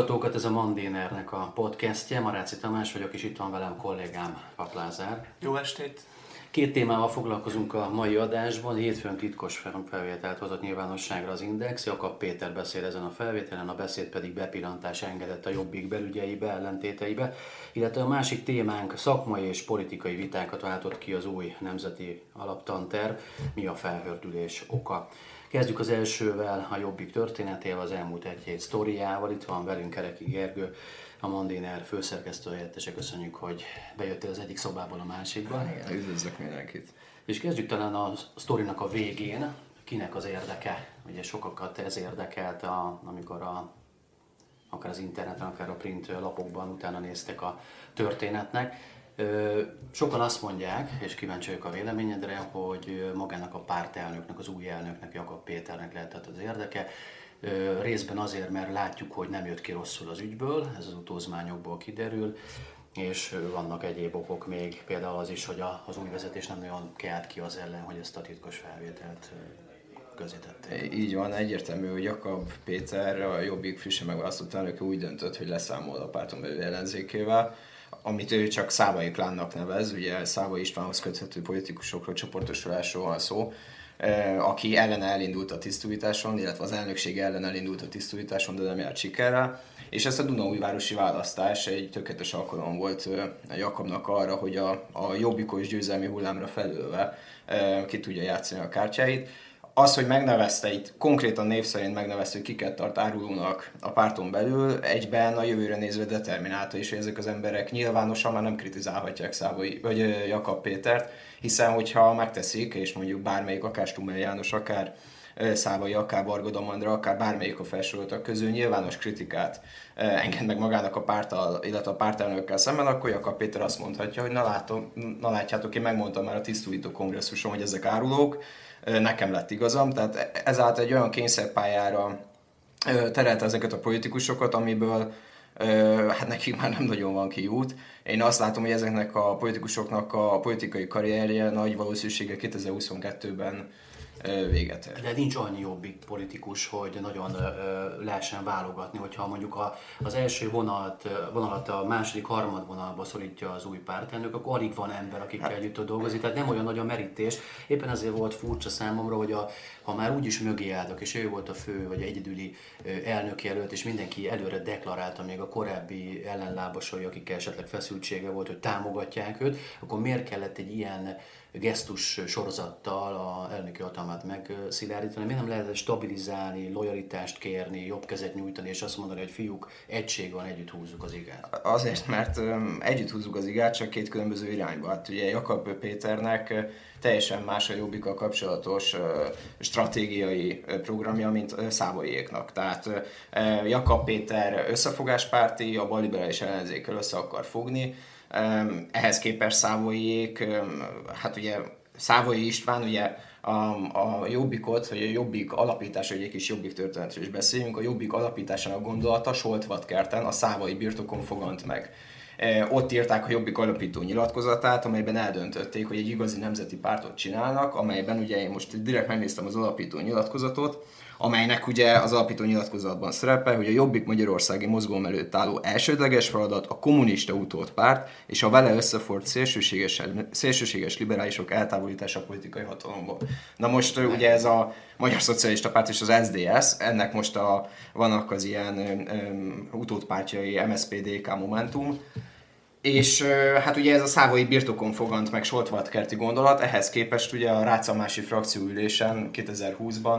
hallgatókat, ez a Mandénernek a podcastje. Maráci Tamás vagyok, és itt van velem kollégám, Pap Lázár. Jó estét! Két témával foglalkozunk a mai adásban. Hétfőn titkos felvételt hozott nyilvánosságra az Index. Jakab Péter beszél ezen a felvételen, a beszéd pedig bepillantás engedett a Jobbik belügyeibe, ellentéteibe. Illetve a másik témánk szakmai és politikai vitákat váltott ki az új nemzeti alaptanterv. Mi a felhördülés oka? Kezdjük az elsővel, a Jobbik történetével, az elmúlt egy hét sztoriával. Itt van velünk Kereki Gergő, a Mandéner főszerkesztő helyettese. Köszönjük, hogy bejöttél az egyik szobából a másikba. Üdvözlök mindenkit. És kezdjük talán a sztorinak a végén. Kinek az érdeke? Ugye sokakat ez érdekelt, amikor akár az interneten, akár a print lapokban utána néztek a történetnek. Sokan azt mondják, és kíváncsi vagyok a véleményedre, hogy magának a pártelnöknek, az új elnöknek, Jakab Péternek lehetett az érdeke. Részben azért, mert látjuk, hogy nem jött ki rosszul az ügyből, ez az utózmányokból kiderül, és vannak egyéb okok még, például az is, hogy az új vezetés nem nagyon kelt ki az ellen, hogy ezt a titkos felvételt közétették. Így van, egyértelmű, hogy Jakab Péter, a Jobbik frissen megválasztott elnöke úgy döntött, hogy leszámol a párton belül ellenzékével, amit ő csak Szávai klánnak nevez, ugye Szávai Istvánhoz köthető politikusokról, csoportosulásról van szó, aki ellen elindult a tisztújításon, illetve az elnökség ellen elindult a tisztújításon, de nem járt sikerrel. És ezt a Dunaújvárosi választás egy tökéletes alkalom volt Jakabnak arra, hogy a jobbikos győzelmi hullámra felülve ki tudja játszani a kártyáit. Az, hogy megnevezte, itt konkrétan név szerint megnevezte, hogy kiket tart árulónak a párton belül, egyben a jövőre nézve determinálta is, hogy ezek az emberek nyilvánosan már nem kritizálhatják Jakab Pétert, hiszen hogyha megteszik, és mondjuk bármelyik, akár Stummel János, akár Szávai, akár Varga Domandra, akár bármelyik a felsoroltak közül nyilvános kritikát enged meg magának a párttal, illetve a pártelnökkel szemben, akkor Jakab Péter azt mondhatja, hogy na látjátok, én megmondtam már a tisztújító kongresszuson, hogy ezek árulók, nekem lett igazam, tehát ezáltal egy olyan kényszerpályára terelte ezeket a politikusokat, amiből hát nekik már nem nagyon van kiút. Én azt látom, hogy ezeknek a politikusoknak a politikai karrierje nagy valószínűséggel 2022-ben véget ér. De nincs annyi Jobbik politikus, hogy nagyon lehessen válogatni, hogyha mondjuk az első vonalat a második, harmadvonalba szorítja az új pártelnök, akkor alig van ember, akikkel együtt tud dolgozni, tehát nem olyan nagy a merítés. Éppen azért volt furcsa számomra, hogy ha már úgyis mögé álltak, és ő volt a fő, vagy egyedüli elnökjelölt, és mindenki előre deklarálta, még a korábbi ellenlábasai, akikkel esetleg feszültsége volt, hogy támogatják őt, akkor miért kellett egy ilyen gesztus sorozattal a elnöki hatalmát megszilárdítani? Miért nem lehetett stabilizálni, lojalitást kérni, jobb kezet nyújtani, és azt mondani, hogy fiúk, egység van, együtt húzzuk az igát? Azért, mert együtt húzzuk az igát, csak két különböző irányba. Hát ugye Jakab Péternek teljesen más a Jobbikkal kapcsolatos stratégiai programja, mint Szávaiéknak. Tehát Jakab Péter összefogáspárti, a balliberális ellenzékkel össze akar fogni. Ehhez képest Szávaiék, hát ugye Szávai István, ugye a Jobbikot, vagy a Jobbik alapítása, hogy egy kis Jobbik történetről is beszéljünk, a Jobbik alapításának gondolata Soltvatkerten, a Szávai birtokon fogant meg. Ott írták a Jobbik alapító nyilatkozatát, amelyben eldöntötték, hogy egy igazi nemzeti pártot csinálnak, amelyben ugye én most direkt megnéztem az alapító nyilatkozatot, amelynek ugye az alapító nyilatkozatban szerepel, hogy a Jobbik magyarországi mozgalom előtt álló elsődleges feladat a kommunista utolt párt és a vele összefort szélsőséges liberálisok eltávolítása a politikai hatalomból. Na most ugye ez a Magyar Szocialista Párt és az SZDSZ, ennek most vannak az ilyen utolt pártjai, MSZP, DK, Momentum, és hát ugye ez a szávai birtokon fogant meg Soltvatkerti gondolat, ehhez képest ugye a Rácz-Almási frakcióülésen 2020-ban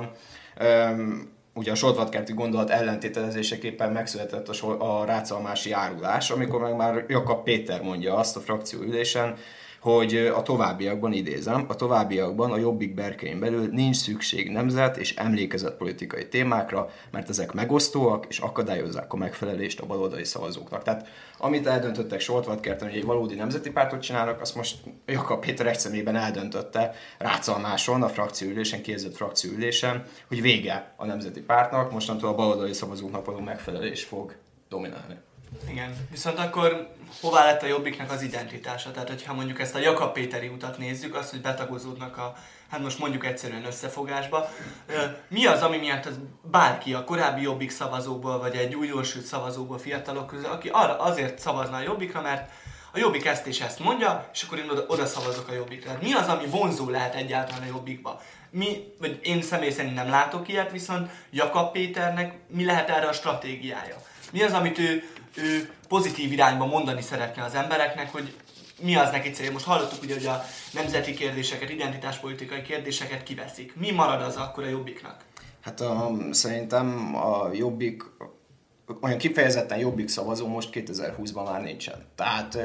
ugye a Soltvatkerti gondolat ellentételezéseképpen megszületett a Rácz-Almási árulás, amikor meg már Jakab Péter mondja azt a frakcióülésen, hogy a továbbiakban, idézem, a továbbiakban a Jobbik berkein belül nincs szükség nemzet és emlékezett politikai témákra, mert ezek megosztóak és akadályozzák a megfelelést a baloldali szavazóknak. Tehát amit eldöntöttek Soltvatkerten, hogy egy valódi nemzeti pártot csinálnak, azt most Jakab Péter egy személyben eldöntötte Rácz-Almáson, a frakcióülésen, kijelzett frakcióülésen, hogy vége a nemzeti pártnak, mostantól a baloldali szavazóknak való megfelelés fog dominálni. Igen, viszont akkor hová lett a Jobbiknak az identitása? Tehát, hogyha mondjuk ezt a Jakab Péteri utat nézzük, azt, hogy betagozódnak hát most mondjuk egyszerűen összefogásba, mi az, ami miatt az bárki a korábbi Jobbik szavazókból, vagy egy újdonsült szavazókból, fiatalok közül, aki azért szavazna a Jobbikra, mert a Jobbik ezt és ezt mondja, és akkor én oda szavazok a Jobbikra. Tehát mi az, ami vonzó lehet egyáltalán a Jobbikba? Vagy én személy szerint nem látok ilyet, viszont Jakab Péternek mi lehet erre a stratégiája? Mi az, amit ő pozitív irányba mondani szeretne az embereknek, hogy mi az neki célja? Most hallottuk ugye, hogy a nemzeti kérdéseket, identitáspolitikai kérdéseket kiveszik. Mi marad az akkor a Jobbiknak? Hát szerintem a Jobbik, olyan kifejezetten Jobbik szavazó most 2020-ban már nincsen. Tehát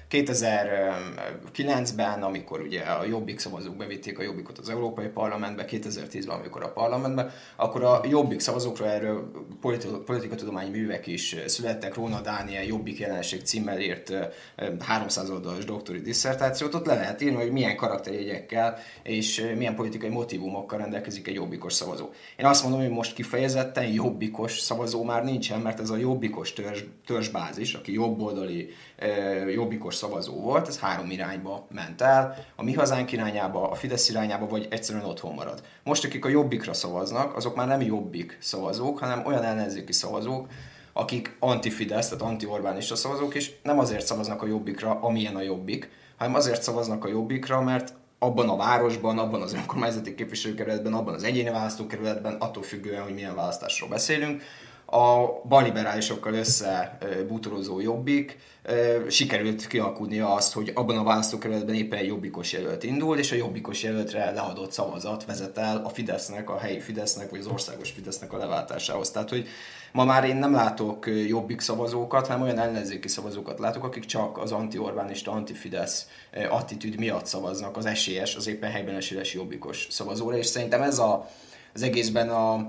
2009-ben, amikor ugye a Jobbik szavazók bevitték a Jobbikot az Európai Parlamentbe, 2010-ben, amikor a parlamentbe, akkor a Jobbik szavazókra erről politikatudományi művek is születtek. Róna Dániel Jobbik jelenség címmel írt 300 oldalas doktori disszertációt. Ott le lehet írni, hogy milyen karakterjegyekkel és milyen politikai motivumokkal rendelkezik egy jobbikos szavazó. Én azt mondom, hogy most kifejezetten jobbikos szavazó már nincsen, mert ez a jobbikos törzsbázis, aki jobboldali jobbikos szavazó volt, ez 3 irányba ment el, a Mi Hazánk irányába, a Fidesz irányába, vagy egyszerűen otthon marad. Most akik a Jobbikra szavaznak, azok már nem Jobbik szavazók, hanem olyan ellenzéki szavazók, akik anti-Fidesz, tehát anti-Orbánista szavazók, és nem azért szavaznak a Jobbikra, amilyen a Jobbik, hanem azért szavaznak a Jobbikra, mert abban a városban, abban az önkormányzati képviselőkerületben, abban az egyéni választókerületben, attól függően, hogy milyen választásról beszélünk, a balliberálisokkal összebútorozó Jobbik sikerült kialkudnia azt, hogy abban a választókerületben éppen egy jobbikos jelölt indul, és a jobbikos jelöltre leadott szavazat vezet el a Fidesznek, a helyi Fidesznek, vagy az országos Fidesznek a leváltásához. Tehát, hogy ma már én nem látok Jobbik szavazókat, hanem olyan ellenzéki szavazókat látok, akik csak az anti-Orbánista, anti-Fidesz attitűd miatt szavaznak az esélyes, az éppen helyben esélyes jobbikos szavazóra, és szerintem ez az egészben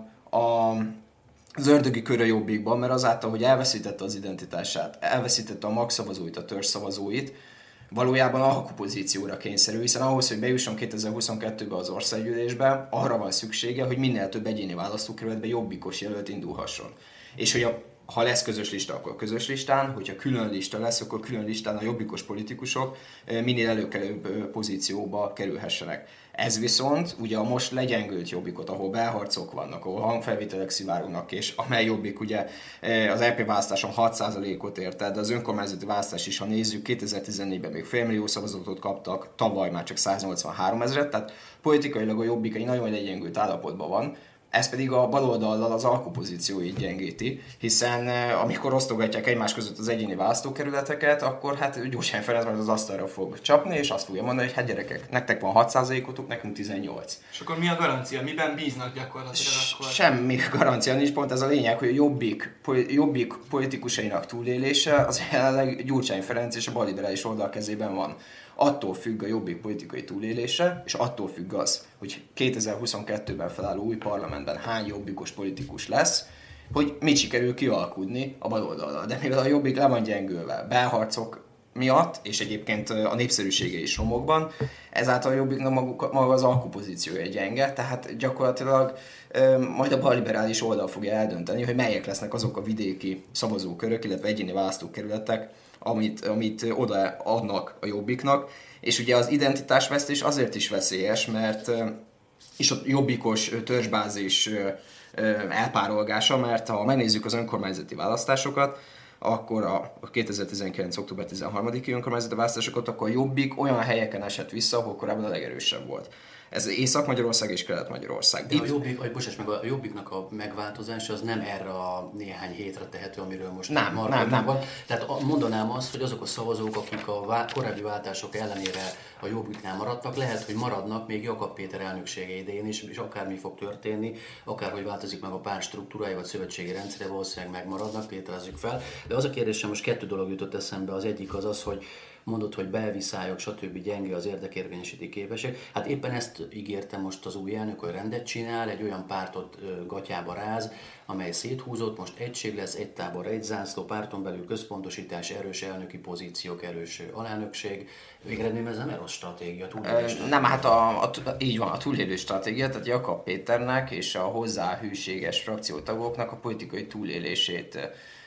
az ördögi kör a Jobbikban, mert azáltal, hogy elveszítette az identitását, elveszítette a magszavazóit, a törzszavazóit, valójában alkupozícióra kényszerül, hiszen ahhoz, hogy bejusson 2022-ben az országgyűlésbe, arra van szüksége, hogy minél több egyéni választókerületben jobbikos jelölt indulhasson. És hogy ha lesz közös lista, akkor közös listán, hogyha külön lista lesz, akkor külön listán a jobbikos politikusok minél előkelőbb pozícióba kerülhessenek. Ez viszont ugye a most legyengült Jobbikot, ahol belharcok vannak, ahol hangfelvételek szivárognak, és amely Jobbik ugye az EP választáson 6%-ot ért el, de az önkormányzati választás is, ha nézzük, 2014-ben még félmillió szavazatot kaptak, tavaly már csak 183 000, tehát politikailag a Jobbik egy nagyon legyengült állapotban van. Ez pedig a baloldallal az alkupozícióit gyengíti, hiszen amikor osztogatják egymás között az egyéni választókerületeket, akkor hát Gyurcsány Ferenc majd az asztalra fog csapni, és azt fogja mondani, hogy hát gyerekek, nektek van 6%-otok, nekünk 18. És akkor mi a garancia? Miben bíznak gyakorlatilag akkor? Semmi garancia nincs, pont ez a lényeg, hogy a Jobbik politikusainak túlélése az jelenleg Gyurcsány Ferenc és a balliberális oldal kezében van. Attól függ a Jobbik politikai túlélése, és attól függ az, hogy 2022-ben felálló új parlamentben hány jobbikos politikus lesz, hogy mit sikerül kialkudni a baloldallal. De mivel a Jobbik le van gyengülve belharcok miatt, és egyébként a népszerűsége is romokban, ezáltal a Jobbiknak maga az alkupozíciója gyenge, tehát gyakorlatilag majd a balliberális oldal fogja eldönteni, hogy melyek lesznek azok a vidéki szavazókörök, illetve egyéni választókerületek, amit oda adnak a Jobbiknak. És ugye az identitásvesztés azért is veszélyes, mert és a jobbikos törzsbázis elpárolgása, mert ha megnézzük az önkormányzati választásokat, akkor a 2019. október 13-i önkormányzati választásokat, akkor a Jobbik olyan helyeken esett vissza, ahol korábban a legerősebb volt. Ez Észak-Magyarország és Kelet-Magyarország. De a Jobbiknak a megváltozása az nem erre a néhány hétre tehető, amiről most nem. van. Tehát mondanám azt, hogy azok a szavazók, akik a korábbi váltások ellenére a Jobbiknál maradtak, lehet, hogy maradnak még Jakab Péter elnöksége idején is, és akármi fog történni, akárhogy változik meg a párt struktúrája vagy szövetségi rendszere, valószínűleg megmaradnak, tételezzük fel. De az a kérdésem, most 2 dolog jutott eszembe, az egyik az, hogy mondod, hogy belviszályok, stb. Gyenge az érdekérvényesíti képesség. Hát éppen ezt ígérte most az új elnök, hogy rendet csinál, egy olyan pártot gatyába ráz, amely széthúzott, most egység lesz, egy tábor, egy zászló, párton belül központosítás, erős elnöki pozíciók, erős alelnökség. Végeredményben ez nem rossz stratégia, túlélés. Nem, hát így van, a túlélő stratégia, tehát Jakab Péternek és a hozzá hűséges frakciótagoknak a politikai túlélését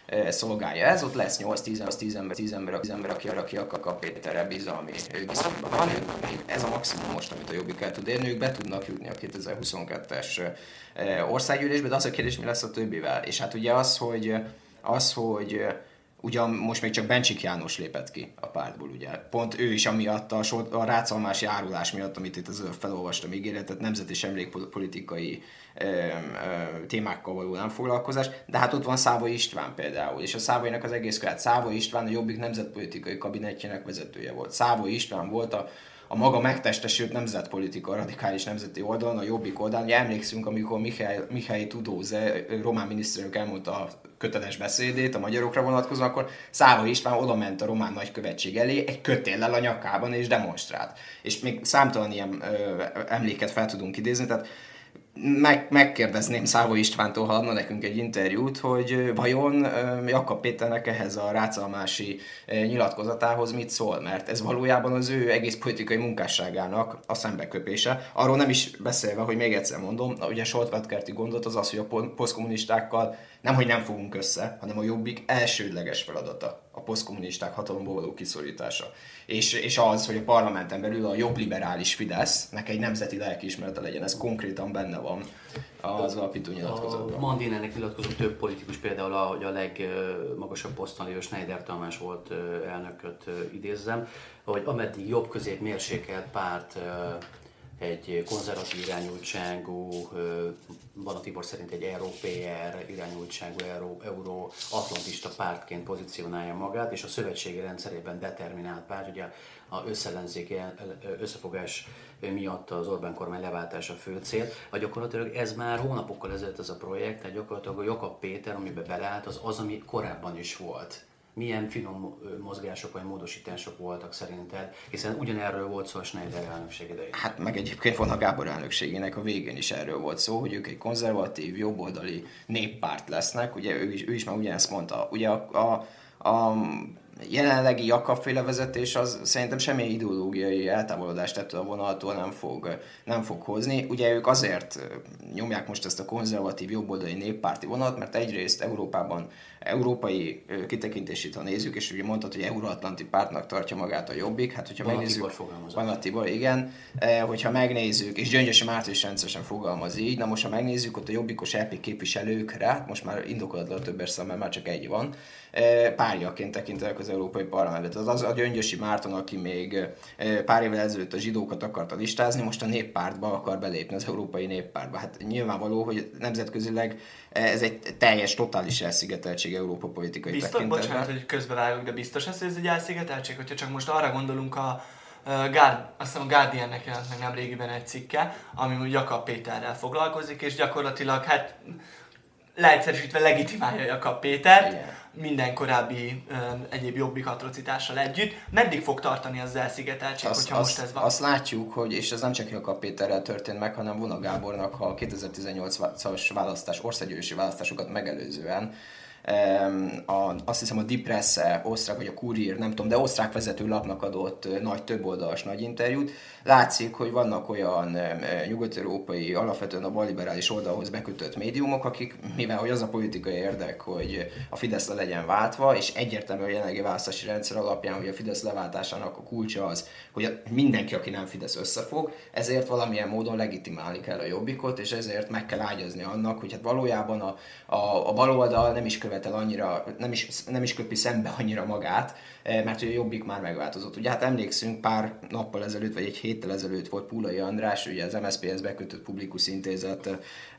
szolgálja ez, ott lesz 8-10 ember, aki kap Péterre bizalmi viszonyban van. Ez a maximum most, amit a Jobbik el tud érni, ők be tudnak jutni a 2022-es országgyűlésbe, de az a kérdés, mi lesz a többivel. És hát ugye az, hogy ugyan most még csak Bencsik János lépett ki a pártból, ugye. Pont ő is amiatt a rácalmási árulás miatt, amit itt az felolvastam ígéretet, nemzet- és emlékpolitikai témákkal való nem foglalkozás, de hát ott van Szávay István például, és a Szávaynak az egész követ. Szávay István a Jobbik nemzetpolitikai kabinetjének vezetője volt. Szávay István volt a maga megtestesült nemzetpolitika, a radikális nemzeti oldalon, a Jobbik oldalon. Ugye emlékszünk, amikor Mihály Tudóze, román miniszterelnök elmondta a köteles beszédét a magyarokra vonatkozóan, akkor Szávay István oda ment a román nagykövetség elé egy kötéllel a nyakában és demonstrált. És még számtalan ilyen emléket fel tudunk idézni, tehát megkérdezném Szávay Istvántól, ha adna nekünk egy interjút, hogy vajon Jakab Péternek ehhez a rácalmási nyilatkozatához mit szól, mert ez valójában az ő egész politikai munkásságának a szembeköpése. Arról nem is beszélve, hogy még egyszer mondom, ugye Soltvetkerti gondot az az, hogy a posztkommunistákkal nemhogy nem fogunk össze, hanem a Jobbik elsődleges feladata a posztkommunisták hatalomból való kiszorítása. És az, hogy a parlamenten belül a jobb liberális Fidesznek egy nemzeti lelkiismerete legyen, ez konkrétan benne van az alapító nyilatkozatban. A Mandinernek nyilatkozó több politikus, például hogy a legmagasabb poszton lévő Schneider Tamás volt elnököt idézzem, hogy ameddig jobb-közép mérsékelt párt egy konzervatív irányultságú, Bana Tibor szerint egy EuroPR irányultságú, euro-atlantista pártként pozícionálja magát, és a szövetségi rendszerében determinált párt, ugye az összefogás miatt az Orbán kormány leváltása fő cél, vagy gyakorlatilag ez már hónapokkal ezelőtt ez a projekt, tehát gyakorlatilag a Jakab Péter, amiben beleállt, az, ami korábban is volt. Milyen finom mozgások vagy módosítások voltak szerinted? Hiszen ugyanerről volt szó a Schneider elnökség idején. Hát meg egyébként van a Gábor elnökségének a végén is erről volt szó, hogy ők egy konzervatív, jobboldali néppárt lesznek. Ugye ő is már ugyanezt mondta. Ugye a jelenlegi Jakab-féle vezetés az szerintem semmilyen ideológiai eltávolodást ettől a vonaltól nem fog hozni. Ugye ők azért nyomják most ezt a konzervatív jobboldali néppárti vonalat, mert egyrészt Európában európai kitekintését, ha nézzük, és ugye mondtad, hogy euróatlanti pártnak tartja magát a Jobbik, hát hogyha megnézzük, Bana Tibor, igen, hogyha megnézzük, és Gyöngyösi Márton is rendszeresen fogalmaz így, na most ha megnézzük, ott a jobbikos EP képviselőkre, most már indokolatlan többes szám, mert már csak egy van, párjaként tekintenek az Európai Parlamentben. Tehát az a Gyöngyösi Márton, aki még pár évvel ezelőtt a zsidókat akarta listázni, most a néppártba akar belépni, az Európai Néppártba. Hát nyilvánvaló, hogy nemzetközileg ez egy teljes, totális elszigeteltség Európa politikai tekintetben. Bocsánat, hogy közbevágok, de biztos ez, hogy ez egy elszigeteltség? Hogyha csak most arra gondolunk, azt hiszem a Guardiannek jelent meg nem régiben egy cikke, ami Jakab Péterrel foglalkozik, és gyakorlatilag hát leegyszerűsítve legitimálja Jakab Pétert, igen, minden korábbi egyéb jobbik atrocitással együtt. Meddig fog tartani az elszigeteltség, hogyha most ez van? Azt látjuk, hogy, és ez nem csak Jakab Péterrel történt meg, hanem Vona Gábornak a 2018-as országgyűlési választásokat megelőzően azt hiszem a Die Presse, osztrák vagy a Kurier, nem tudom, de osztrák vezető lapnak adott nagy többoldalas nagy interjút. Látszik, hogy vannak olyan nyugat-európai, alapvetően a balliberális oldalhoz bekötött médiumok, akik, mivel hogy az a politikai érdek, hogy a Fidesz le legyen váltva, és egyértelműen a jelenlegi választási rendszer alapján, hogy a Fidesz leváltásának a kulcsa az, hogy mindenki, aki nem Fidesz, összefog, ezért valamilyen módon legitimálni kell a Jobbikot, és ezért meg kell ágyazni annak, hogy hát valójában a baloldal nem is követel annyira, nem is köpi szembe annyira magát, mert ugye a Jobbik már megváltozott. Ugye hát emlékszünk, pár nappal ezelőtt, vagy egy héttel ezelőtt volt Púlai András, ugye az MSZP-hez bekötött Publikus Intézet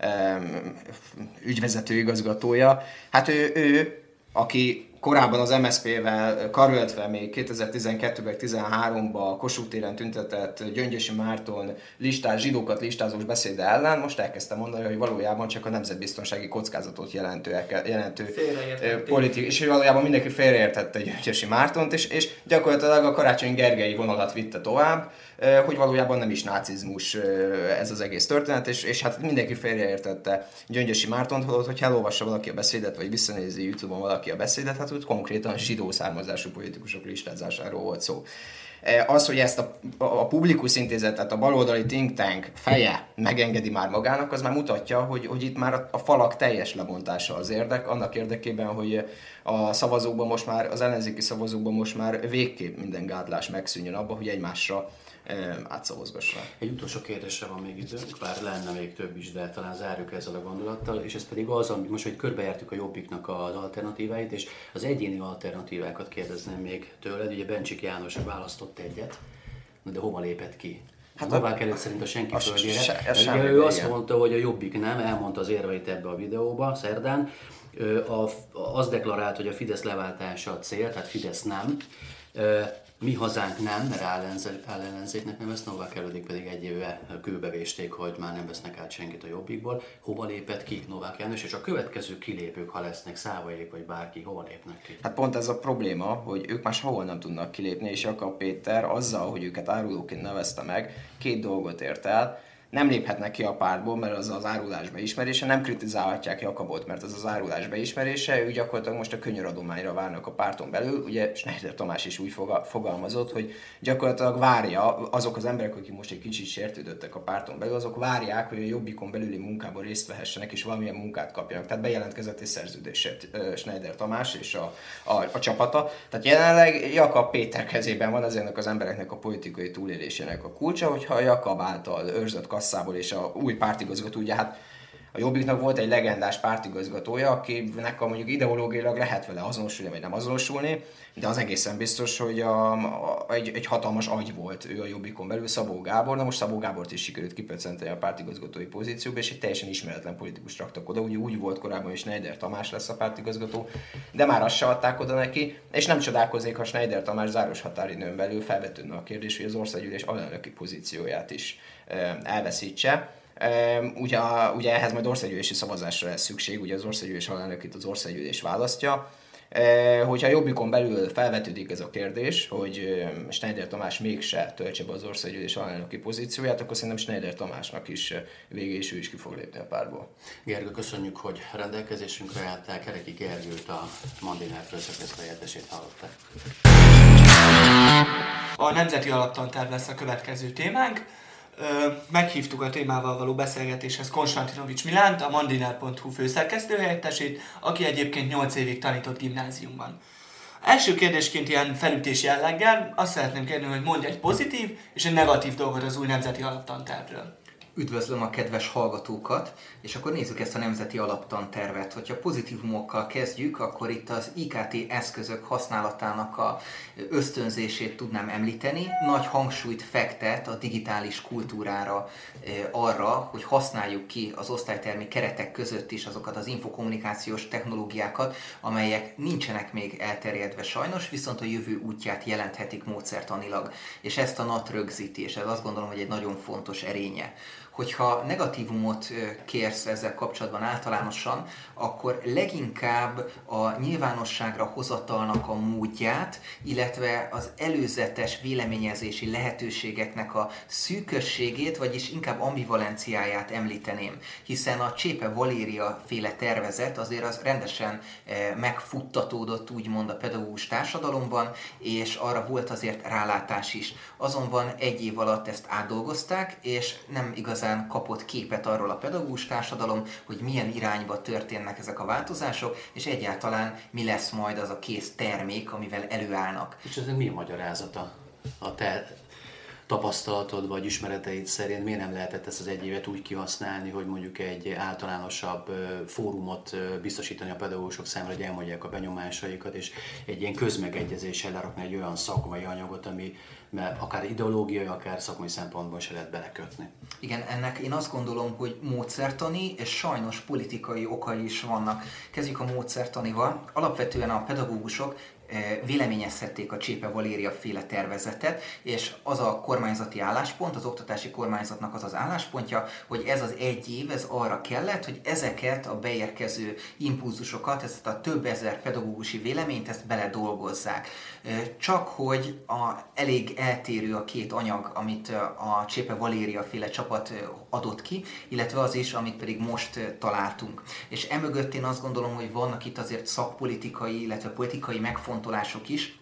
ügyvezető igazgatója. Hát ő aki korábban az MSZP-vel karöltve még 2012-ben, 2013-ban Kossuth téren tüntetett Gyöngyösi Márton zsidókat listázós beszéde ellen, most elkezdte mondani, hogy valójában csak a nemzetbiztonsági kockázatot jelentő politika, és hogy valójában mindenki félreértette Gyöngyösi Mártont, és gyakorlatilag a Karácsony Gergely vonalat vitte tovább, hogy valójában nem is nácizmus ez az egész történet, és hát mindenki félreértette Gyöngyösi Mártont, holott, hogy elolvassa valaki a beszédet, vagy visszanézi YouTube-on valaki a beszédet, hát úgy konkrétan zsidó származású politikusok listázásáról volt szó. Az, hogy ezt a Publikus Intézetet, a baloldali think tank feje megengedi már magának, az már mutatja, hogy itt már a falak teljes lebontása az érdek, annak érdekében, hogy a szavazókban most már, az ellenzéki szavazókban most már végképp minden gátlás megszűnjön abba, hogy egymásra átszavazgassák. Egy utolsó kérdésre van még időnk, bár lenne még több is, de talán zárjuk ezzel a gondolattal, és ez pedig az, most, hogy körbejártuk a Jobbiknak az alternatíváit, és az egyéni alternatívákat kérdezném még tőled. Ugye Bencsik János választott egyet, de hova lépett ki? Hát Novák előtt szerint a senki földjére. Ő azt mondta, hogy a Jobbik nem, elmondta az érveit ebbe a videóba szerdán. Azt deklarált, hogy a Fidesz leváltása a cél, tehát Fidesz nem. Mi hazánk nem, mert ellenzéknek nem, ezt Novák Elődik pedig egy éve kőbevésték, hogy már nem vesznek át senkit a Jobbikból. Hova lépett ki Novák János, és a következő kilépők, ha lesznek Szávaiék vagy bárki, hova lépnek ki? Hát pont ez a probléma, hogy ők már sehol nem tudnak kilépni, és Jakab Péter azzal, hogy őket árulóként nevezte meg, két dolgot ért el. Nem léphetnek ki a pártból, mert az az árulás beismerése, nem kritizálhatják Jakabot, mert az az árulás beismerése, ő gyakorlatilag most a könyöradományra várnak a párton belül. Ugye Schneider Tamás is úgy fogalmazott, hogy gyakorlatilag várja, azok az emberek, akik most egy kicsit sértődöttek a párton belül, azok várják, hogy a Jobbikon belüli munkában részt vehessenek és valamilyen munkát kapjanak. Tehát bejelentkezett egy szerződést Schneider Tamás és a csapata. Tehát jelenleg Jakab Péter kezében van ezeknek az embereknek a politikai túlélésének a kulcsa, hogyha a Jakab által őrzött kasszából és a új pártigazgató, ugye hát a Jobbiknak volt egy legendás pártigazgatója, akinek mondjuk ideológiailag lehet vele azonosulni vagy nem azonosulni, de az egészen biztos, hogy egy hatalmas agy volt ő a Jobbikon belül, Szabó Gábor. Na most Szabó Gábort is sikerült kipöccenteni a pártigazgatói pozícióba, és egy teljesen ismeretlen politikus raktak oda. Ugye úgy volt korábban, hogy Schneider Tamás lesz a pártigazgató, de már azt se adták oda neki, és nem csodálkoznék, ha Schneider Tamás záros határidőn belül felvetődne a kérdés, hogy az országgyűlés alelnöki pozícióját is elveszítse. Ugye ehhez majd országgyűlési szavazásra lesz szükség, ugye az országgyűlés alelnökét az országgyűlés választja. Hogyha a Jobbikon belül felvetődik ez a kérdés, hogy Schneider Tamás mégse töltse be az országgyűlés alelnöki pozícióját, akkor szerintem Schneider Tamásnak is vége, és ő is ki fog lépni a pártból. Gergő, köszönjük, hogy rendelkezésünkre álltál. Kereki Gergőt, a Mandinár főszerkesztő helyettesét hallották. A Nemzeti Alaptanterv lesz a következő témánk. Meghívtuk a témával való beszélgetéshez Konstantinovics Milánt, a mandinár.hu főszerkesztőhelyettesét, aki egyébként 8 évig tanított gimnáziumban. Első kérdésként ilyen felütés jelleggel azt szeretném kérni, hogy mondj egy pozitív és egy negatív dolgot az új Nemzeti Alaptantervről. Üdvözlöm a kedves hallgatókat, és akkor nézzük ezt a Nemzeti Alaptantervet. Hogyha pozitívumokkal kezdjük, akkor itt az IKT eszközök használatának a ösztönzését tudnám említeni. Nagy hangsúlyt fektet a digitális kultúrára, arra, hogy használjuk ki az osztálytermi keretek között is azokat az infokommunikációs technológiákat, amelyek nincsenek még elterjedve sajnos, viszont a jövő útját jelenthetik módszertanilag. És ezt a NAT rögzíti, és ez azt gondolom, hogy egy nagyon fontos erénye. Hogyha negatívumot kérsz ezzel kapcsolatban általánosan, akkor leginkább a nyilvánosságra hozatalnak a módját, illetve az előzetes véleményezési lehetőségeknek a szűkösségét, vagyis inkább ambivalenciáját említeném. Hiszen a Csépe Valéria féle tervezet azért az rendesen megfuttatódott úgymond a pedagógus társadalomban, és arra volt azért rálátás is. Azonban egy év alatt ezt átdolgozták, és nem igazán kapott képet arról a pedagógus társadalom, hogy milyen irányba történnek ezek a változások, és egyáltalán mi lesz majd az a kész termék, amivel előállnak. És ez mi a magyarázata? A te tapasztalatod vagy ismereteid szerint miért nem lehetett ezt az egy évet úgy kihasználni, hogy mondjuk egy általánosabb fórumot biztosítani a pedagógusok számára, hogy elmondják a benyomásaikat, és egy ilyen közmegegyezéssel lerakni egy olyan szakmai anyagot, ami akár ideológiai, akár szakmai szempontból se lehet belekötni. Igen, ennek én azt gondolom, hogy módszertani és sajnos politikai okai is vannak. Kezdjük a módszertanival. Alapvetően a pedagógusok véleményezhették a Csépe Valéria féle tervezetet, és az a kormányzati álláspont, az oktatási kormányzatnak az az álláspontja, hogy ez az egy év, ez arra kellett, hogy ezeket a beérkező impulzusokat, ezt a több ezer pedagógusi véleményt, ezt beledolgozzák. Csak hogy elég eltérő a két anyag, amit a Csépe Valéria féle csapat adott ki, illetve az is, amit pedig most találtunk. És emögött én azt gondolom, hogy vannak itt azért szakpolitikai, illetve politikai megfontolások is,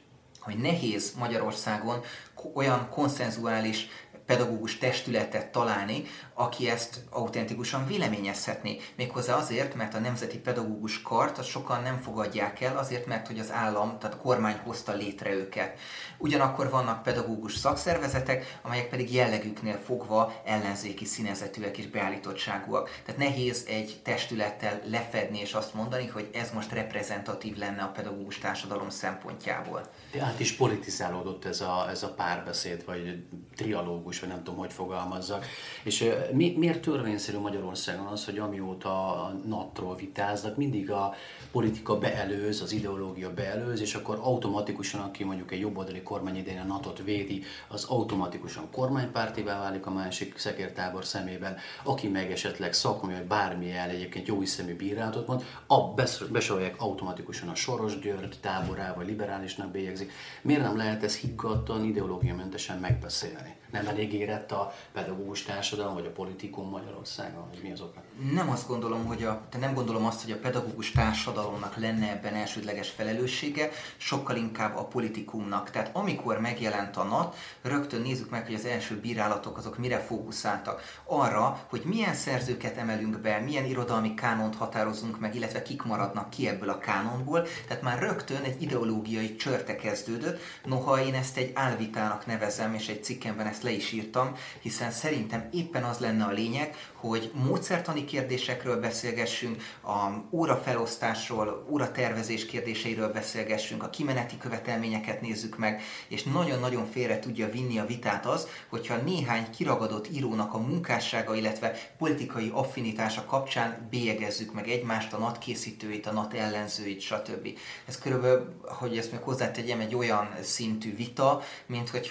hogy nehéz Magyarországon olyan konszenzuális pedagógus testületet találni, aki ezt autentikusan véleményezhetné. Méghozzá azért, mert a Nemzeti Pedagógus Kart azt sokan nem fogadják el, azért, mert hogy az állam, tehát a kormány hozta létre őket. Ugyanakkor vannak pedagógus szakszervezetek, amelyek pedig jellegüknél fogva ellenzéki színezetűek és beállítottságúak. Tehát nehéz egy testülettel lefedni és azt mondani, hogy ez most reprezentatív lenne a pedagógus társadalom szempontjából. De át is politizálódott ez a párbeszéd, vagy trialógus, vagy nem tudom, hogy fogalmazzak. És miért törvényszerű Magyarországon az, hogy amióta a NAT-ról vitáznak, mindig a politika beelőz, az ideológia beelőz, és akkor automatikusan, aki mondjuk egy jobboldali kormány idején a NAT-ot védi, az automatikusan kormánypártivá válik a másik szekértábor szemében, aki meg esetleg szakmai, vagy bármilyen egyébként jóhiszemű bírálatot mond, besorolják automatikusan a Soros György táborá, vagy liberálisnak bélyegzik. Miért nem lehet ezt higgadtan, ideológiamentesen megbeszélni? Nem elég érett a pedagógus társadalom, vagy a politikum Magyarországon, vagy mi az oka? Nem gondolom azt, hogy a pedagógus társadalomnak lenne ebben elsődleges felelőssége, sokkal inkább a politikumnak. Tehát amikor megjelent a NAT, rögtön nézzük meg, hogy az első bírálatok azok mire fókuszáltak. Arra, hogy milyen szerzőket emelünk be, milyen irodalmi kánont határozunk meg, illetve kik maradnak ki ebből a kánonból. Tehát már rögtön egy ideológiai csörte kezdődött, noha én ezt egy álvitának nevezem, és egy cikkemben ezt le is írtam, hiszen szerintem éppen az lenne a lényeg, hogy módszertani kérdésekről beszélgessünk, a órafelosztásról, óratervezés kérdéseiről beszélgessünk, a kimeneti követelményeket nézzük meg, és nagyon-nagyon félre tudja vinni a vitát az, hogyha néhány kiragadott írónak a munkássága, illetve politikai affinitása kapcsán bélyegezzük meg egymást, a NAT készítőit, a NAT ellenzőit, stb. Ez körülbelül, hogy ezt még hozzátegyem, egy olyan szintű vita, mint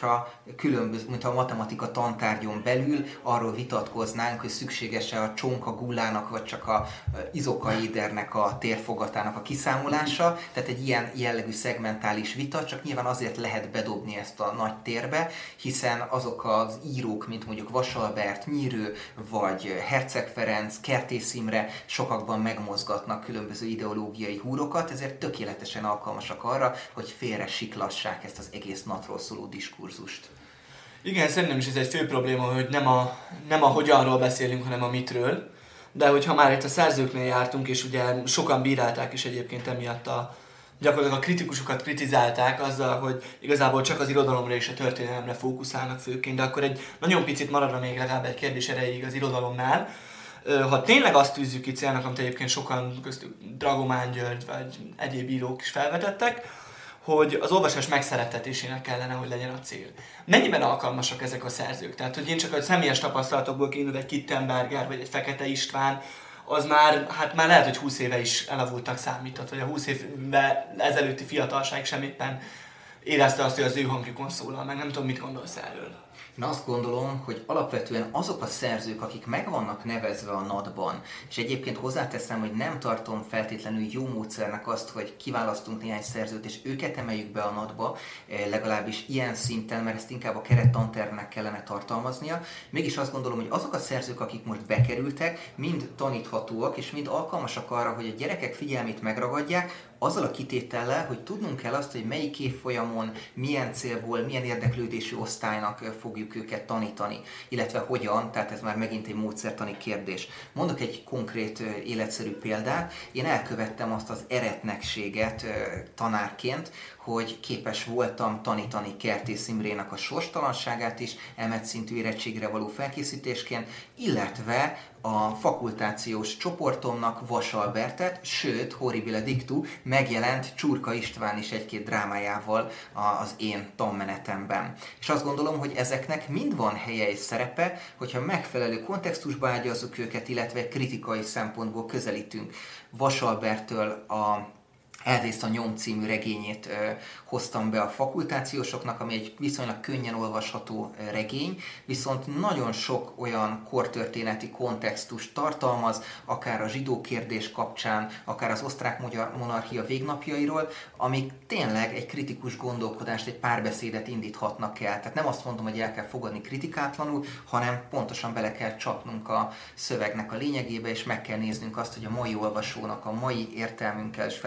a matematika tantárgyon belül arról vitatkoznánk, hogy szükséges-e a csonka gullának, vagy csak a izokaédernek a térfogatának a kiszámolása. Tehát egy ilyen jellegű szegmentális vita, csak nyilván azért lehet bedobni ezt a nagy térbe, hiszen azok az írók, mint mondjuk Vasalbert, Nyírő, vagy Herceg Ferenc, Kertész Imre sokakban megmozgatnak különböző ideológiai húrokat, ezért tökéletesen alkalmasak arra, hogy félre siklassák ezt az egész NAT-ról szóló diskurzust. Igen, szerintem is ez egy fő probléma, hogy nem a hogyanról beszélünk, hanem a mitről. De hogyha már itt a szerzőknél jártunk, és ugye sokan bírálták is egyébként emiatt gyakorlatilag a kritikusokat kritizálták azzal, hogy igazából csak az irodalomra és a történelemre fókuszálnak főként, de akkor egy nagyon picit maradna még legalább egy kérdés erejéig az irodalomnál. Ha tényleg azt tűzzük ki célnak, amit egyébként sokan köztük Dragomán György vagy egyéb írók is felvetettek, hogy az olvasás megszerettetésének kellene, hogy legyen a cél. Mennyiben alkalmasak ezek a szerzők? Tehát, hogy én csak a személyes tapasztalatokból kiindul egy Kittenberger vagy egy Fekete István, az már lehet, hogy 20 éve is elavultnak számított, vagy a 20 évvel ezelőtti fiatalság sem éppen érezte azt, hogy az ő hangjukon szólal, meg nem tudom, mit gondolsz erről. Én azt gondolom, hogy alapvetően azok a szerzők, akik meg vannak nevezve a NAT-ban, és egyébként hozzáteszem, hogy nem tartom feltétlenül jó módszernek azt, hogy kiválasztunk néhány szerzőt, és őket emeljük be a NAT-ba, legalábbis ilyen szinten, mert ezt inkább a kerettantervnek kellene tartalmaznia. Mégis azt gondolom, hogy azok a szerzők, akik most bekerültek, mind taníthatóak, és mind alkalmasak arra, hogy a gyerekek figyelmét megragadják, azzal a kitétellel, hogy tudnunk kell azt, hogy melyik évfolyamon, milyen célból, milyen érdeklődési osztálynak fogjuk őket tanítani, illetve hogyan, tehát ez már megint egy módszertani kérdés. Mondok egy konkrét életszerű példát. Én elkövettem azt az eretnekséget tanárként, hogy képes voltam tanítani Kertész Imrének a sorstalanságát is, emetszintű érettségre való felkészítésként, illetve a fakultációs csoportomnak Vasalbertet, sőt, horribile dictu, megjelent Csurka István is egy-két drámájával az én tanmenetemben. És azt gondolom, hogy ezeknek mind van helye és szerepe, hogyha megfelelő kontextusba ágyazzuk őket, illetve kritikai szempontból közelítünk. Vasalberttől Elvészt a nyom című regényét hoztam be a fakultációsoknak, ami egy viszonylag könnyen olvasható regény, viszont nagyon sok olyan kortörténeti kontextust tartalmaz, akár a zsidó kérdés kapcsán, akár az osztrák monarchia végnapjairól, amik tényleg egy kritikus gondolkodást, egy párbeszédet indíthatnak el. Tehát nem azt mondom, hogy el kell fogadni kritikátlanul, hanem pontosan bele kell csapnunk a szövegnek a lényegébe, és meg kell néznünk azt, hogy a mai olvasónak, a mai értelmünkkel és felfogásunkkal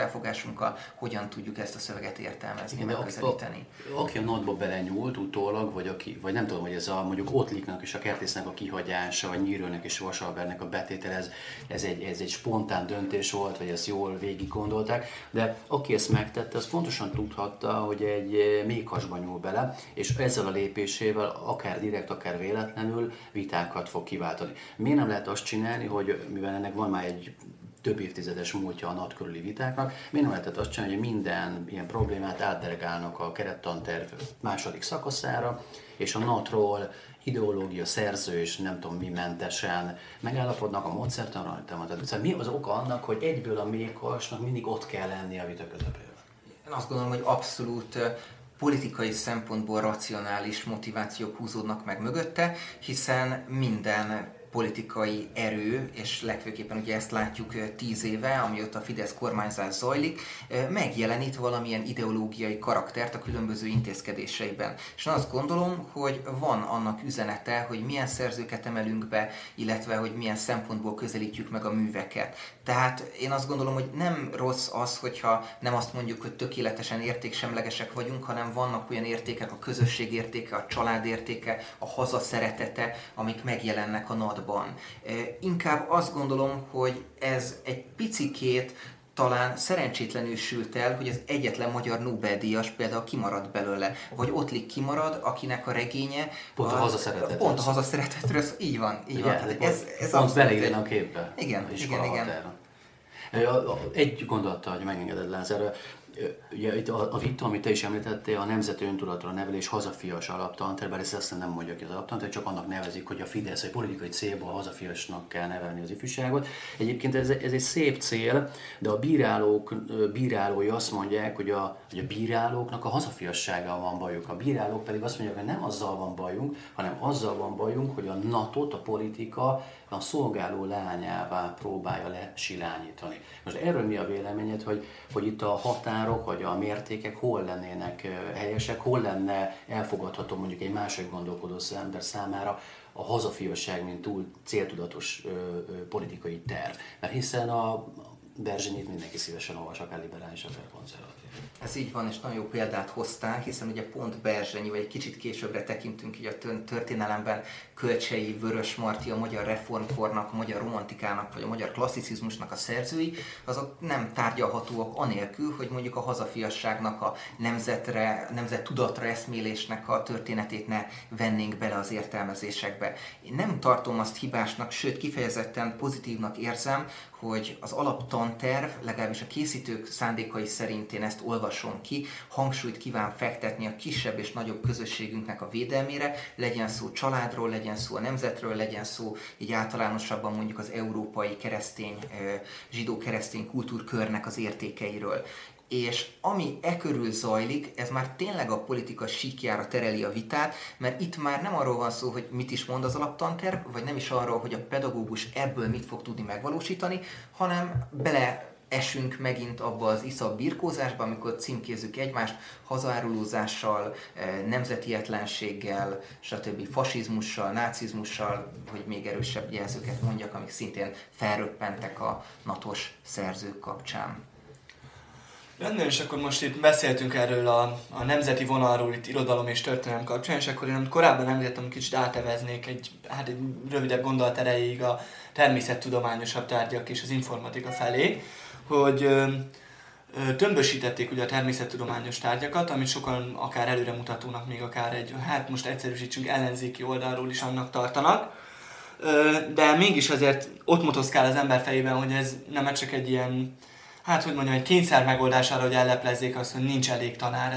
megfontolásunkkal hogyan tudjuk ezt a szöveget értelmezni, megközelíteni. Aki a NAT-ba belenyúlt utólag, vagy nem tudom, hogy ez a mondjuk Ottliknak és a Kertésznek a kihagyása, vagy Nyírőnek és Vasalbernek a betétel, ez egy spontán döntés volt, vagy ezt jól végig gondolták, de aki ezt megtette, az pontosan tudhatta, hogy egy méhasba nyúl bele, és ezzel a lépésével akár direkt, akár véletlenül vitákat fog kiváltani. Miért nem lehet azt csinálni, hogy mivel ennek van már egy több évtizedes múltja a NAT körüli vitáknak, miért nem lehetett azt csinálni, hogy minden ilyen problémát átdelegálnak a kerettanterv második szakaszára, és a NAT-ról ideológia, szerző és nem tudom mi mentesen megállapodnak a módszertanról. Szóval mi az oka annak, hogy egyből a méhasnak mindig ott kell lenni a vita közepén? Én azt gondolom, hogy abszolút politikai szempontból racionális motivációk húzódnak meg mögötte, hiszen minden politikai erő, és legfőképpen ugye ezt látjuk 10 éve, amióta a Fidesz kormányzás zajlik, megjelenít valamilyen ideológiai karaktert a különböző intézkedéseiben. És én azt gondolom, hogy van annak üzenete, hogy milyen szerzőket emelünk be, illetve hogy milyen szempontból közelítjük meg a műveket. Tehát én azt gondolom, hogy nem rossz az, hogyha nem azt mondjuk, hogy tökéletesen értéksemlegesek vagyunk, hanem vannak olyan értékek, a közösség értéke, a család értéke, a haza szeretete, amik megjelennek a NAT-ban. Inkább azt gondolom, hogy ez egy picikét talán szerencsétlenül sült el, hogy az egyetlen magyar Nobel-díjas például kimarad belőle, vagy Ottlik kimarad, akinek a regénye pont a hazaszeretetről. Pont a hazaszeretetről, így van. Ez pont beleírni a képbe. Igen. Egy gondolattal, hogy megengeded, Lázár. Ugye itt a vita, amit te is említettél, a nemzeti öntudatra nevelés hazafias alaptanterv, bár ezt aztán nem mondja ki az alaptanterv, csak annak nevezik, hogy a Fidesz egy politikai célból hazafiasnak kell nevelni az ifjúságot. Egyébként ez egy szép cél, de a bírálói azt mondják, hogy a bírálóknak a hazafiassággal van bajuk. A bírálók pedig azt mondják, hogy nem azzal van bajunk, hanem azzal van bajunk, hogy a NATO-t a politika a szolgáló lányává próbálja lesilányítani. Most erről mi a véleményed, hogy itt a határok vagy a mértékek hol lennének helyesek, hol lenne elfogadható mondjuk egy másik gondolkodó ember számára a hazafiasság, mint túl céltudatos politikai terv. Mert hiszen a Berzsenyit mindenki szívesen olvas, akár liberális, akár konzervatív. Ez így van, és nagyon jó példát hoztál, hiszen ugye pont Berzsenyi, vagy egy kicsit későbbre tekintünk így a történelemben, Kölcsey, Vörös Marti, a magyar reformkornak, a magyar romantikának, vagy a magyar klasszicizmusnak a szerzői, azok nem tárgyalhatóak anélkül, hogy mondjuk a hazafiasságnak, a nemzettudatra eszmélésnek a történetét ne vennénk bele az értelmezésekbe. Én nem tartom azt hibásnak, sőt kifejezetten pozitívnak érzem, hogy az alaptanterv, legalábbis a készítők szándékai szerint én ezt olvasom ki, hangsúlyt kíván fektetni a kisebb és nagyobb közösségünknek a védelmére, legyen szó családról, legyen szó a nemzetről, legyen szó így általánosabban mondjuk az európai zsidó-keresztény kultúrkörnek az értékeiről. És ami körül zajlik, ez már tényleg a politika síkjára tereli a vitát, mert itt már nem arról van szó, hogy mit is mond az alaptanterv, vagy nem is arról, hogy a pedagógus ebből mit fog tudni megvalósítani, hanem beleesünk megint abba az iszap birkózásba, amikor címkézzük egymást hazaárulózással, nemzetietlenséggel, stb. Fasizmussal, nácizmussal, hogy még erősebb jelzőket mondjak, amik szintén felröppentek a NATO-s szerzők kapcsán. Rendben, és akkor most itt beszéltünk erről a nemzeti vonalról itt irodalom és történelem kapcsán, és akkor én korábban említettem, kicsit áteveznék egy rövidebb gondolat erejéig a természettudományosabb tárgyak és az informatika felé, hogy tömbösítették ugye a természettudományos tárgyakat, amit sokan akár előremutatónak, még akár most egyszerűsítsünk, ellenzéki oldalról is annak tartanak, de mégis azért ott motoszkál az ember fejében, hogy ez nem csak egy ilyen, egy kényszer megoldására, hogy elleplezzék azt, hogy nincs elég tanár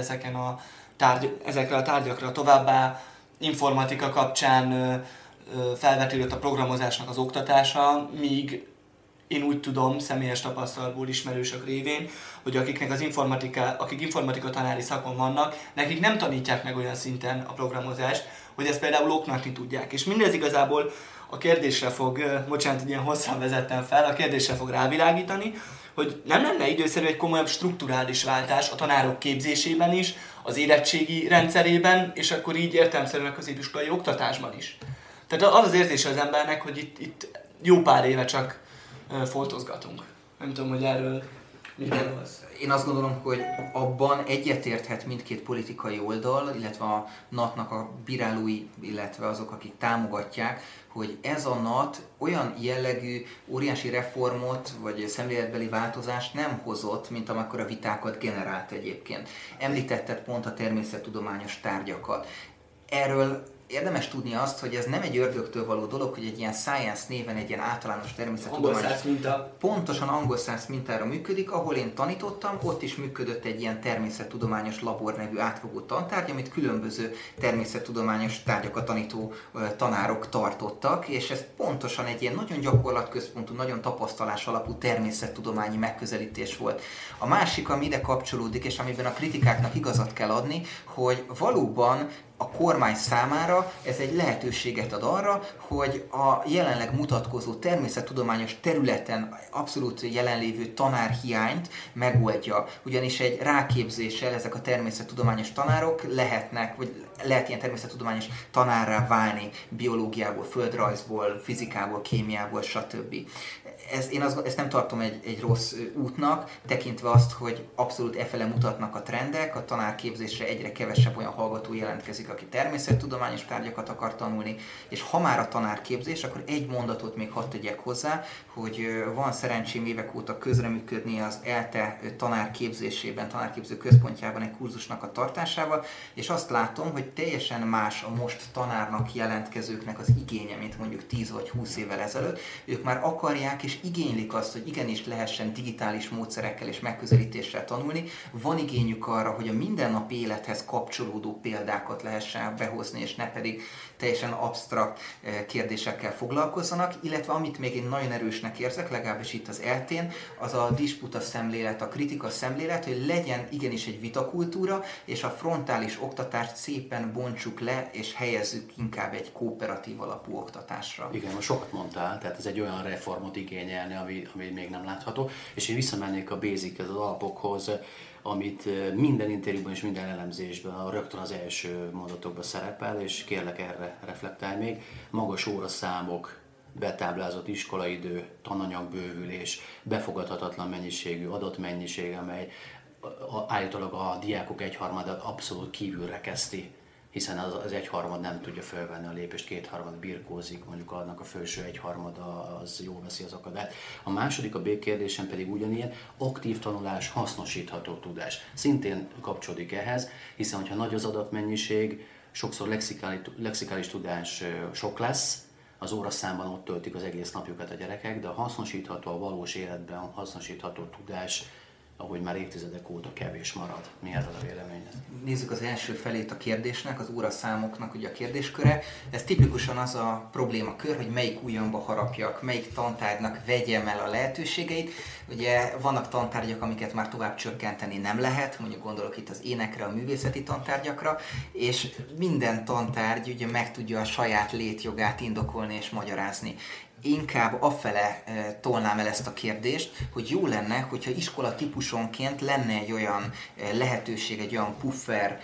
ezekre a tárgyakra. Továbbá informatika kapcsán felvetődött a programozásnak az oktatása, míg én úgy tudom, személyes tapasztalatból ismerősök révén, hogy akik informatika tanári szakon vannak, nekik nem tanítják meg olyan szinten a programozást, hogy ezt például oktatni tudják. És mindez igazából a kérdésre fog, bocsánat, ilyen hosszan vezettem fel, a kérdésre fog rávilágítani, hogy nem lenne időszerű egy komolyabb strukturális váltás a tanárok képzésében is, az érettségi rendszerében, és akkor így értelemszerűen a középiskolai oktatásban is. Tehát az az érzése az embernek, hogy itt jó pár éve csak foltozgatunk. Nem tudom, hogy erről Én azt gondolom, hogy abban egyetérthet mindkét politikai oldal, illetve a NAT-nak a bírálói, illetve azok, akik támogatják, hogy ez a NAT olyan jellegű óriási reformot vagy szemléletbeli változást nem hozott, mint amekkora vitákat generált egyébként. Említetted pont a természettudományos tárgyakat. Erről érdemes tudni azt, hogy ez nem egy ördögtől való dolog, hogy egy ilyen science néven egy ilyen általános természettudományos... Pontosan angol száz mintára működik, ahol én tanítottam, ott is működött egy ilyen természettudományos labor nevű átfogó tantárgy, amit különböző természettudományos tárgyakat tanító tanárok tartottak, és ez pontosan egy ilyen nagyon gyakorlatközpontú, nagyon tapasztalás alapú természettudományi megközelítés volt. A másik, ami ide kapcsolódik, és amiben a kritikáknak igazat kell adni, hogy valóban a kormány számára ez egy lehetőséget ad arra, hogy a jelenleg mutatkozó természettudományos területen abszolút jelenlévő tanárhiányt megoldja. Ugyanis egy ráképzéssel ezek a természettudományos tanárok lehetnek, vagy lehet ilyen természettudományos tanárrá válni biológiából, földrajzból, fizikából, kémiából, stb. Ezt nem tartom egy rossz útnak, tekintve azt, hogy abszolút efele mutatnak a trendek, a tanárképzésre egyre kevesebb olyan hallgató jelentkezik, aki természettudományos tárgyakat akar tanulni, és ha már a tanárképzés, akkor egy mondatot még hadd tegyek hozzá, hogy van szerencsém évek óta közreműködni az ELTE tanárképzésében, tanárképző központjában egy kurzusnak a tartásával, és azt látom, hogy teljesen más a most tanárnak jelentkezőknek az igénye, mint mondjuk 10 vagy 20 évvel ezelőtt. Ők már akarják és igénylik azt, hogy igenis lehessen digitális módszerekkel és megközelítéssel tanulni. Van igényük arra, hogy a mindennapi élethez kapcsolódó példákat lehessen behozni, és ne pedig teljesen absztrakt kérdésekkel foglalkozzanak, illetve amit még én nagyon erősnek érzek, legalábbis itt az ELTE-n, az a disputa szemlélet, a kritika szemlélet, hogy legyen igenis egy vitakultúra, és a frontális oktatást szépen bontsuk le, és helyezzük inkább egy kooperatív alapú oktatásra. Igen, most sokat mondtál, tehát ez egy olyan reformot igényelne, ami még nem látható, és én visszamennék a basic, az alapokhoz, amit minden interjúban és minden elemzésben rögtön az első mondatokban szerepel, és kérlek erre reflektálj még. Magas óraszámok, betáblázott iskolaidő, tananyagbővülés, befogadhatatlan mennyiségű adatmennyiség, amely állítólag a diákok egyharmadát abszolút kívülre kezdi, hiszen az egyharmad nem tudja fölvenni a lépést, kétharmad birkózik, mondjuk annak a felső egyharmada az jól veszi az akadályt. A második, a B kérdésem pedig ugyanilyen, aktív tanulás, hasznosítható tudás. Szintén kapcsolódik ehhez, hiszen hogyha nagy az adatmennyiség, sokszor lexikális tudás sok lesz, az óraszámban ott töltik az egész napjukat a gyerekek, de a hasznosítható, a valós életben hasznosítható tudás, ahogy már évtizedek óta kevés marad. Mi erről a véleményed? Nézzük az első felét a kérdésnek, az óraszámoknak ugye a kérdésköre. Ez tipikusan az a problémakör, hogy melyik ujjamba harapjak, melyik tantárgynak vegyem el a lehetőségeit. Ugye vannak tantárgyak, amiket már tovább csökkenteni nem lehet, mondjuk gondolok itt az énekre, a művészeti tantárgyakra, és minden tantárgy ugye meg tudja a saját létjogát indokolni és magyarázni. Inkább afele tolnám el ezt a kérdést, hogy jó lenne, hogyha iskola típusonként lenne egy olyan lehetőség, egy olyan puffer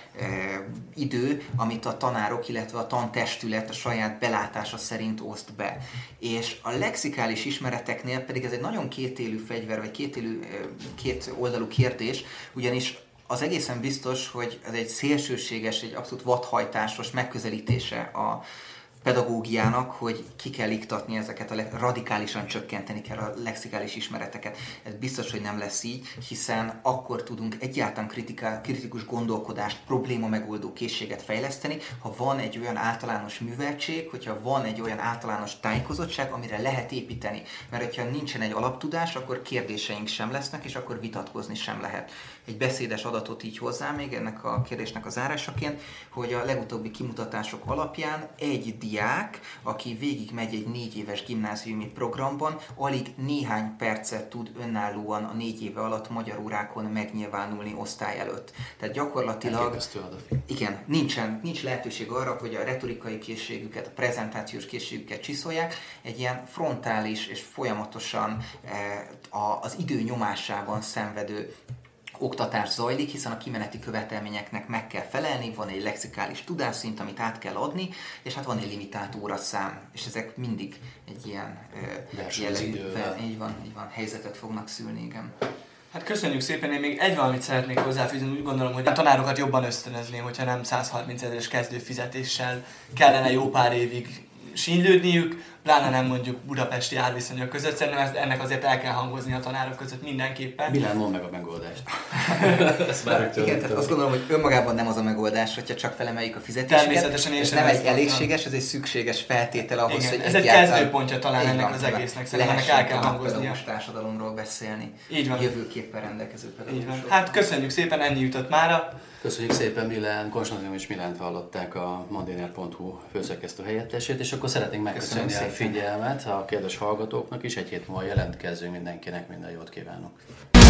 idő, amit a tanárok, illetve a tantestület a saját belátása szerint oszt be. És a lexikális ismereteknél pedig ez egy nagyon kétélű fegyver, vagy két oldalú kérdés, ugyanis az egészen biztos, hogy ez egy szélsőséges, egy abszolút vadhajtásos megközelítése a pedagógiának, hogy ki kell iktatni ezeket, radikálisan csökkenteni kell a lexikális ismereteket. Ez biztos, hogy nem lesz így, hiszen akkor tudunk egyáltalán kritikus gondolkodást, probléma megoldó készséget fejleszteni, ha van egy olyan általános műveltség, hogyha van egy olyan általános tájékozottság, amire lehet építeni. Mert hogyha nincsen egy alaptudás, akkor kérdéseink sem lesznek, és akkor vitatkozni sem lehet. Egy beszédes adatot így hozzá még ennek a kérdésnek az zárásaként, hogy a legutóbbi kimutatások alapján egy diák, aki végigmegy egy 4 éves gimnáziumi programban, alig néhány percet tud önállóan a 4 éve alatt magyar órákon megnyilvánulni osztály előtt. Tehát gyakorlatilag igen, nincs lehetőség arra, hogy a retorikai készségüket, a prezentációs készségüket csiszolják. Egy ilyen frontális és folyamatosan az idő nyomásában szenvedő oktatás zajlik, hiszen a kimeneti követelményeknek meg kell felelni, van egy lexikális tudásszint, amit át kell adni, és hát van egy limitált óraszám, és ezek mindig egy ilyen jellegű, így van, helyzetet fognak szülni, igen. Hát köszönjük szépen, én még egy valamit szeretnék hozzáfűzni, úgy gondolom, hogy a tanárokat jobban ösztönözném, hogyha nem 130 000-es kezdőfizetéssel kellene jó pár évig sínylődniük, pláne nem mondjuk budapesti árviszonyok között. Szerintem ennek azért el kell hangozni a tanárok között mindenképpen. Milyen mond meg a megoldást? Igen, tehát azt gondolom, hogy önmagában nem az a megoldás, hogyha csak felemeljük a fizetéseket. Természetesen én ez sem nem egy ezt elégséges, ez egy szükséges feltétel ahhoz, igen, hogy ez egy kezdőpontja talán ennek az egésznek, szerintem ennek el kell hangoznia. Társadalomról beszélni. Így van. Jövőképpen rendelkező pedagógusok. Hát köszönjük szépen, ennyi jutott mára. Köszönjük szépen Milán, Konstantin és Milánt hallották a mandiner.hu főszerkesztő helyettesét, és akkor szeretnénk megköszönni a figyelmet a kedves hallgatóknak is, egy hét múlva jelentkezünk, mindenkinek minden jót kívánok.